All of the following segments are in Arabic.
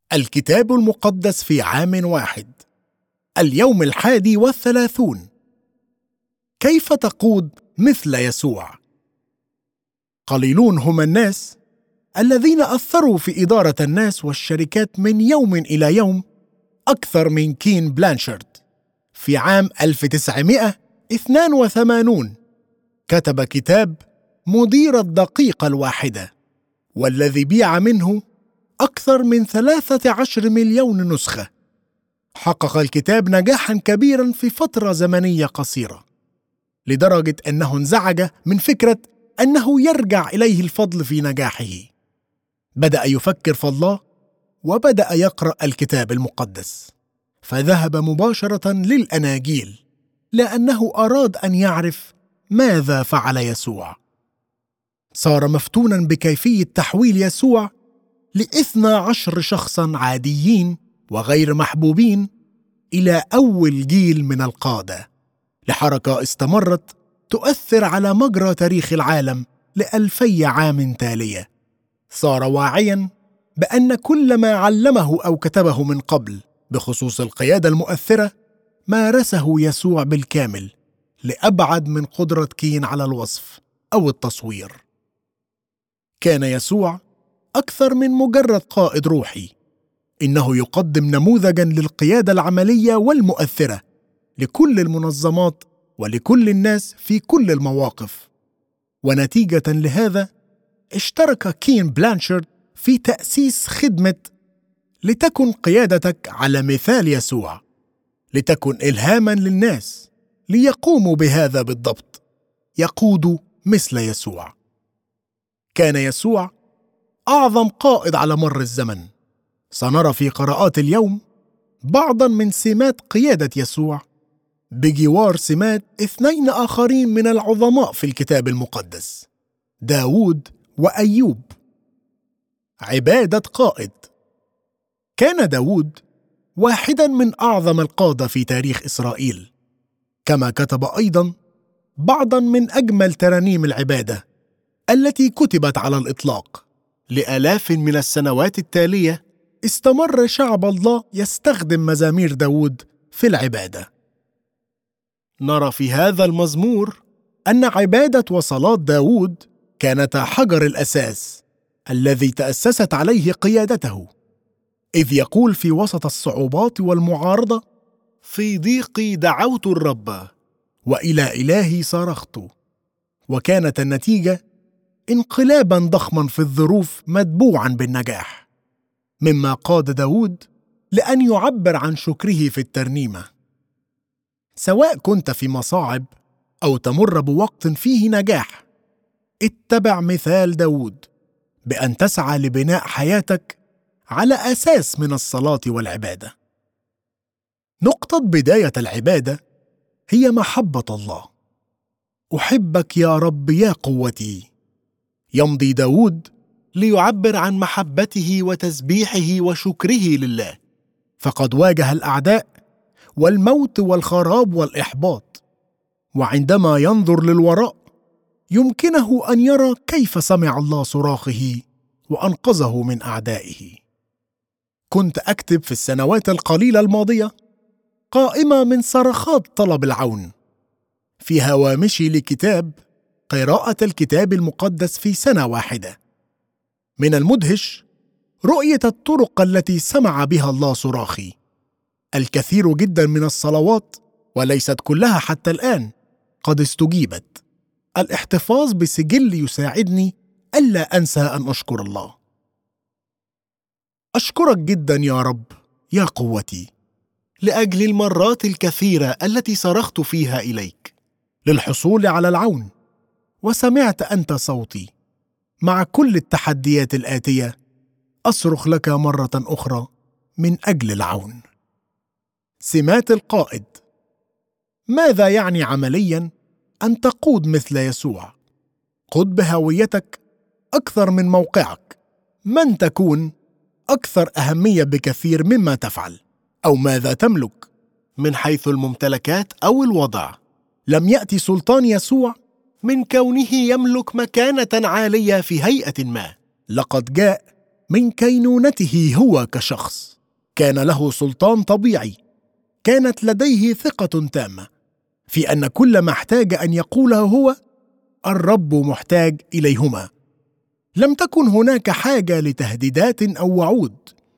الكتاب المقدس في عام واحد. اليوم 31. كيف تقود مثل يسوع؟ قليلون هم الناس الذين أثروا في إدارة الناس والشركات من يوم إلى يوم أكثر من كين بلانشارد. في عام 1982 كتب كتاب مدير الدقيقة الواحدة، والذي بيع منه أكثر من 13 مليون نسخة. حقق الكتاب نجاحاً كبيراً في فترة زمنية قصيرة، لدرجة أنه انزعج من فكرة أنه يرجع إليه الفضل في نجاحه. بدأ يفكر في الله وبدأ يقرأ الكتاب المقدس، فذهب مباشرة للأناجيل لأنه أراد أن يعرف ماذا فعل يسوع. صار مفتوناً بكيفية تحويل يسوع ل12 شخصاً عاديين وغير محبوبين إلى أول جيل من القادة، لحركة استمرت تؤثر على مجرى تاريخ العالم ل2000 عام تالية. صار واعياً بأن كل ما علمه أو كتبه من قبل بخصوص القيادة المؤثرة مارسه يسوع بالكامل، لأبعد من قدرة كين على الوصف أو التصوير. كان يسوع أكثر من مجرد قائد روحي، إنه يقدم نموذجاً للقيادة العملية والمؤثرة لكل المنظمات ولكل الناس في كل المواقف. ونتيجة لهذا اشترك كين بلانشارد في تأسيس خدمة لتكن قيادتك على مثال يسوع، لتكن إلهاماً للناس ليقوموا بهذا بالضبط، يقودوا مثل يسوع. كان يسوع أعظم قائد على مر الزمن. سنرى في قراءات اليوم بعضاً من سمات قيادة يسوع بجوار سمات 2 آخرين من العظماء في الكتاب المقدس، داود وأيوب. عبادة قائد. كان داود واحداً من أعظم القادة في تاريخ إسرائيل، كما كتب أيضاً بعضاً من أجمل ترانيم العبادة التي كتبت على الإطلاق. لآلاف من السنوات التالية استمر شعب الله يستخدم مزامير داود في العبادة. نرى في هذا المزمور أن عبادة وصلاة داود كانتا حجر الأساس الذي تأسست عليه قيادته، إذ يقول في وسط الصعوبات والمعارضة: في ضيقي دعوت الرب وإلى إلهي صرخت. وكانت النتيجة انقلاباً ضخماً في الظروف متبوعاً بالنجاح، مما قاد داود لأن يعبر عن شكره في الترنيمة. سواء كنت في مصاعب أو تمر بوقت فيه نجاح، اتبع مثال داود بأن تسعى لبناء حياتك على أساس من الصلاة والعبادة. نقطة بداية العبادة هي محبة الله. أحبك يا رب يا قوتي. يمضي داود ليعبر عن محبته وتسبيحه وشكره لله، فقد واجه الأعداء والموت والخراب والإحباط، وعندما ينظر للوراء يمكنه أن يرى كيف سمع الله صراخه وأنقذه من أعدائه. كنت أكتب في السنوات القليلة الماضية قائمة من صرخات طلب العون في هوامشي لكتاب قراءة الكتاب المقدس في سنة واحدة. من المدهش رؤية الطرق التي سمع بها الله صراخي. الكثير جدا من الصلوات، وليست كلها حتى الآن، قد استجيبت. الاحتفاظ بسجل يساعدني ألا أنسى أن أشكر الله. أشكرك جدا يا رب يا قوتي، لأجل المرات الكثيرة التي صرخت فيها إليك للحصول على العون، وسمعت أنت صوتي. مع كل التحديات الآتية أصرخ لك مرة أخرى من أجل العون. سمات القائد. ماذا يعني عملياً أن تقود مثل يسوع؟ قد بهويتك أكثر من موقعك. من تكون أكثر أهمية بكثير مما تفعل أو ماذا تملك من حيث الممتلكات أو الوضع. لم يأتي سلطان يسوع من كونه يملك مكانة عالية في هيئة ما. لقد جاء من كينونته هو كشخص. كان له سلطان طبيعي، كانت لديه ثقة تامة في أن كل ما احتاج أن يقوله هو: الرب محتاج إليهما. لم تكن هناك حاجة لتهديدات أو وعود.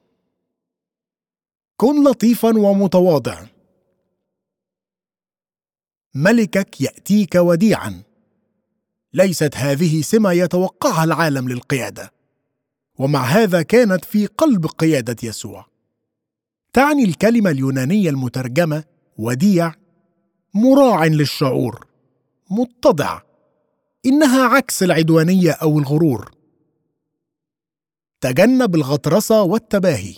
كن لطيفاً ومتواضع. ملكك يأتيك وديعاً. ليست هذه سمة يتوقعها العالم للقيادة، ومع هذا كانت في قلب قيادة يسوع. تعني الكلمة اليونانية المترجمة وديع مراع للشعور، متضع. إنها عكس العدوانية أو الغرور. تجنب الغطرسة والتباهي.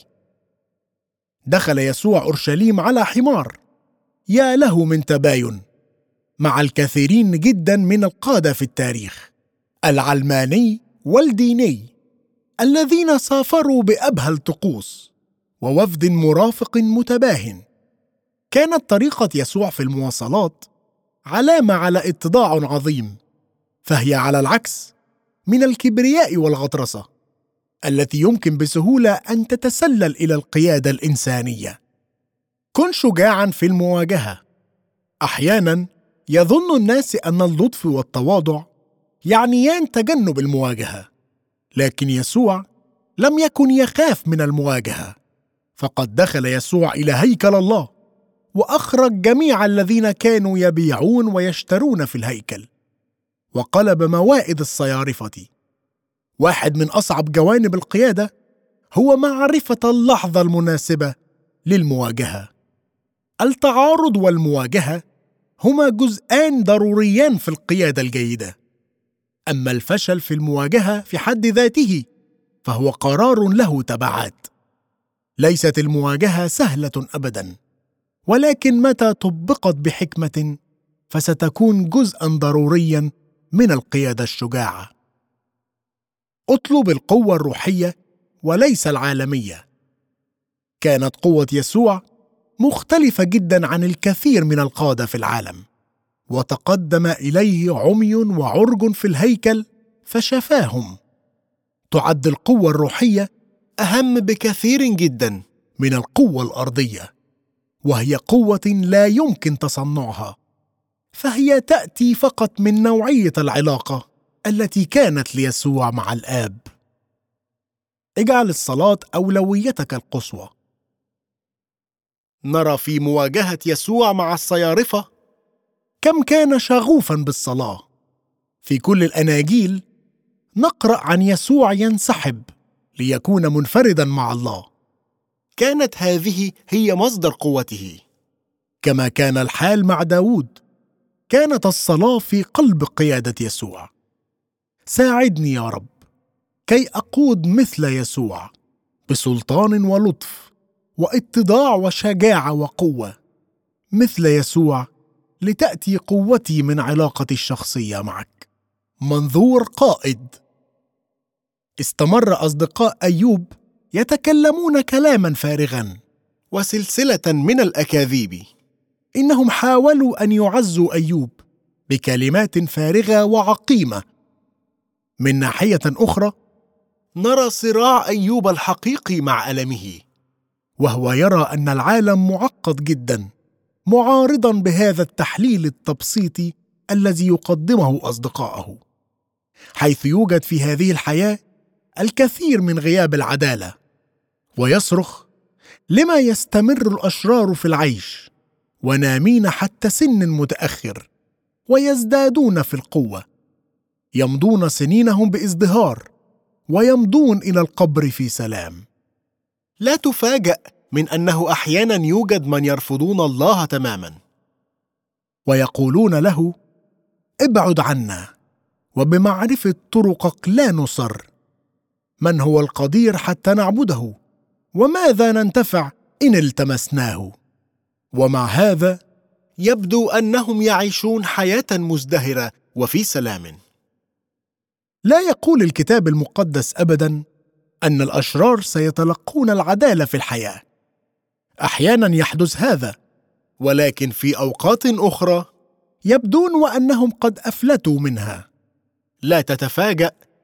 دخل يسوع أورشليم على حمار. يا له من تباين مع الكثيرين جدا من القادة في التاريخ العلماني والديني الذين سافروا بأبهى الطقوس ووفد مرافق متباهٍ. كانت طريقة يسوع في المواصلات علامة على اتضاع عظيم، فهي على العكس من الكبرياء والغطرسة التي يمكن بسهولة أن تتسلل إلى القيادة الإنسانية. كن شجاعاً في المواجهة. أحياناً يظن الناس أن اللطف والتواضع يعنيان تجنب المواجهة، لكن يسوع لم يكن يخاف من المواجهة، فقد دخل يسوع إلى هيكل الله وأخرج جميع الذين كانوا يبيعون ويشترون في الهيكل، وقلب موائد الصيارفة. واحد من أصعب جوانب القيادة هو معرفة اللحظة المناسبة للمواجهة. التعارض والمواجهة هما جزءان ضروريان في القيادة الجيدة. أما الفشل في المواجهة في حد ذاته فهو قرار له تبعات. ليست المواجهة سهلة أبداً، ولكن متى طبقت بحكمة فستكون جزءاً ضرورياً من القيادة الشجاعة. اطلب القوة الروحية وليس العالمية. كانت قوة يسوع مختلفة جداً عن الكثير من القادة في العالم، وتقدم إليه عمي وعرج في الهيكل فشفاهم. تعد القوة الروحية أهم بكثير جداً من القوة الأرضية، وهي قوة لا يمكن تصنعها، فهي تأتي فقط من نوعية العلاقة التي كانت ليسوع مع الآب. اجعل الصلاة أولويتك القصوى. نرى في مواجهة يسوع مع الصيارفة كم كان شغوفاً بالصلاة. في كل الأناجيل نقرأ عن يسوع ينسحب ليكون منفرداً مع الله. كانت هذه هي مصدر قوته. كما كان الحال مع داود، كانت الصلاة في قلب قيادة يسوع. ساعدني يا رب كي أقود مثل يسوع بسلطان ولطف واتضاع وشجاعة وقوة مثل يسوع، لتأتي قوتي من علاقتي الشخصية معك. منظور قائد. استمر أصدقاء أيوب يتكلمون كلاما فارغا وسلسلة من الأكاذيب. إنهم حاولوا أن يعزوا أيوب بكلمات فارغة وعقيمة. من ناحية أخرى نرى صراع أيوب الحقيقي مع ألمه، وهو يرى أن العالم معقد جدا، معارضا بهذا التحليل التبسيطي الذي يقدمه أصدقائه، حيث يوجد في هذه الحياة الكثير من غياب العدالة. ويصرخ: لما يستمر الأشرار في العيش ونامين حتى سن متأخر ويزدادون في القوة، يمضون سنينهم بازدهار ويمضون إلى القبر في سلام. لا تفاجأ من أنه أحيانا يوجد من يرفضون الله تماما ويقولون له: ابعد عنا، وبمعرفة طرقك لا نصر. من هو القدير حتى نعبده؟ وماذا ننتفع إن التمسناه؟ ومع هذا يبدو أنهم يعيشون حياة مزدهرة وفي سلام. لا يقول الكتاب المقدس أبداً أن الأشرار سيتلقون العدالة في الحياة. أحياناً يحدث هذا، ولكن في أوقات أخرى يبدون وأنهم قد أفلتوا منها. لا تتفاجأ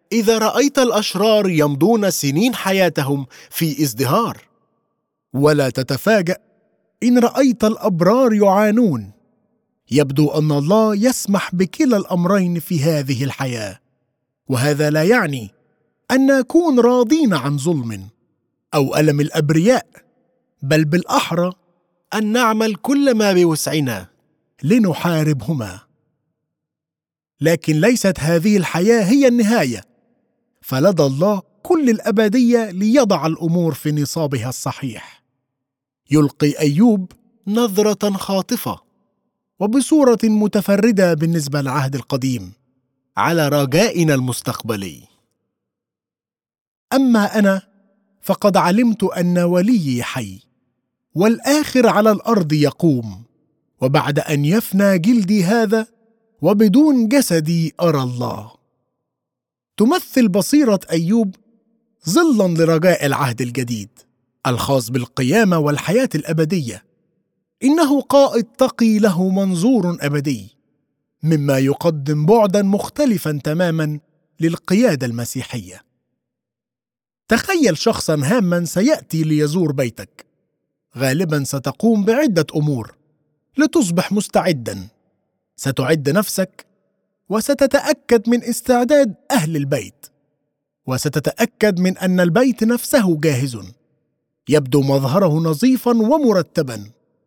إذا رأيت الأشرار يمضون سنين حياتهم في ازدهار، ولا تتفاجأ إن رأيت الأبرار يعانون. يبدو أن الله يسمح بكلا الأمرين في هذه الحياة، وهذا لا يعني أن نكون راضين عن ظلم أو ألم الأبرياء، بل بالأحرى أن نعمل كل ما بوسعنا لنحاربهما. لكن ليست هذه الحياة هي النهاية، فلدى الله كل الأبدية ليضع الأمور في نصابها الصحيح. يلقي أيوب نظرة خاطفة وبصورة متفردة بالنسبة للعهد القديم على رجائنا المستقبلي. أما أنا فقد علمت أن وليي حي، والآخر على الأرض يقوم، وبعد أن يفنى جلدي هذا وبدون جسدي أرى الله. تمثل بصيرة أيوب ظلاً لرجاء العهد الجديد الخاص بالقيامة والحياة الأبدية. إنه قائد تقي له منظور أبدي، مما يقدم بعداً مختلفاً تماماً للقيادة المسيحية. تخيل شخصاً هاماً سيأتي ليزور بيتك. غالباً ستقوم بعدة أمور لتصبح مستعداً. ستعد نفسك، وستتأكد من استعداد أهل البيت، وستتأكد من أن البيت نفسه جاهز، يبدو مظهره نظيفاً ومرتباً.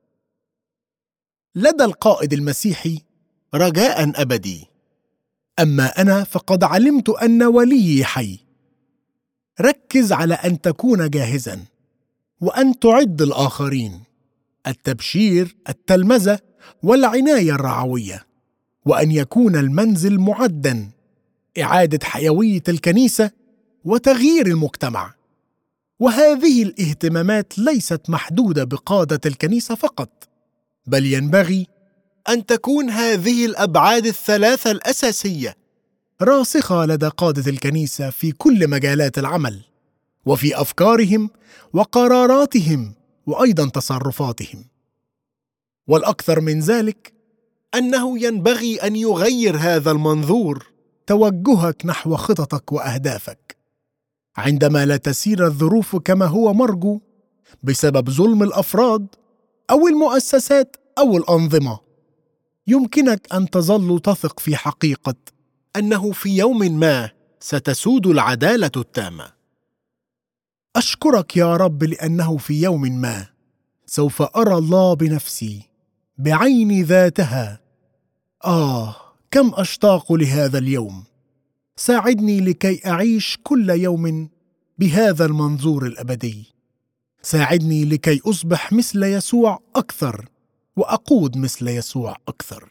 لدى القائد المسيحي رجاء أبدي. أما أنا فقد علمت أن وليي حي. ركز على أن تكون جاهزاً، وأن تعد الآخرين، التبشير، التلمذة والعناية الرعوية، وأن يكون المنزل معداً، إعادة حيوية الكنيسة وتغيير المجتمع. وهذه الاهتمامات ليست محدودة بقادة الكنيسة فقط، بل ينبغي أن تكون هذه الأبعاد الثلاثة الأساسية راسخة لدى قادة الكنيسة في كل مجالات العمل، وفي أفكارهم وقراراتهم وأيضاً تصرفاتهم. والأكثر من ذلك أنه ينبغي أن يغير هذا المنظور توجهك نحو خططك وأهدافك. عندما لا تسير الظروف كما هو مرجو بسبب ظلم الأفراد أو المؤسسات أو الأنظمة، يمكنك أن تظل تثق في حقيقة أنه في يوم ما ستسود العدالة التامة. أشكرك يا رب لأنه في يوم ما سوف أرى الله بنفسي بعين ذاتها. كم أشتاق لهذا اليوم. ساعدني لكي أعيش كل يوم بهذا المنظور الأبدي. ساعدني لكي أصبح مثل يسوع أكثر، وأقود مثل يسوع أكثر.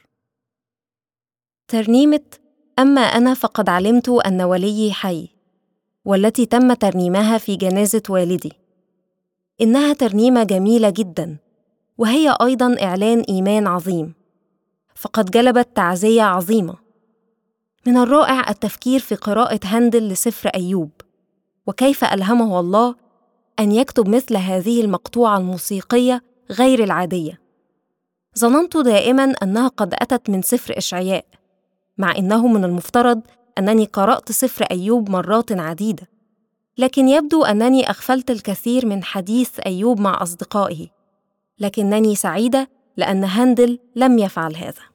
ترنيمة أما أنا فقد علمت أن وليي حي، والتي تم ترنيمها في جنازة والدي. إنها ترنيمة جميلة جداً، وهي أيضاً إعلان إيمان عظيم، فقد جلبت تعزية عظيمة. من الرائع التفكير في قراءة هندل لسفر أيوب، وكيف ألهمه الله أن يكتب مثل هذه المقطوعة الموسيقية غير العادية. ظننت دائماً أنها قد أتت من سفر إشعياء، مع إنه من المفترض أنني قرأت سفر أيوب مرات عديدة، لكن يبدو أنني أغفلت الكثير من حديث أيوب مع أصدقائه. لكنني سعيدة لأن هندل لم يفعل هذا.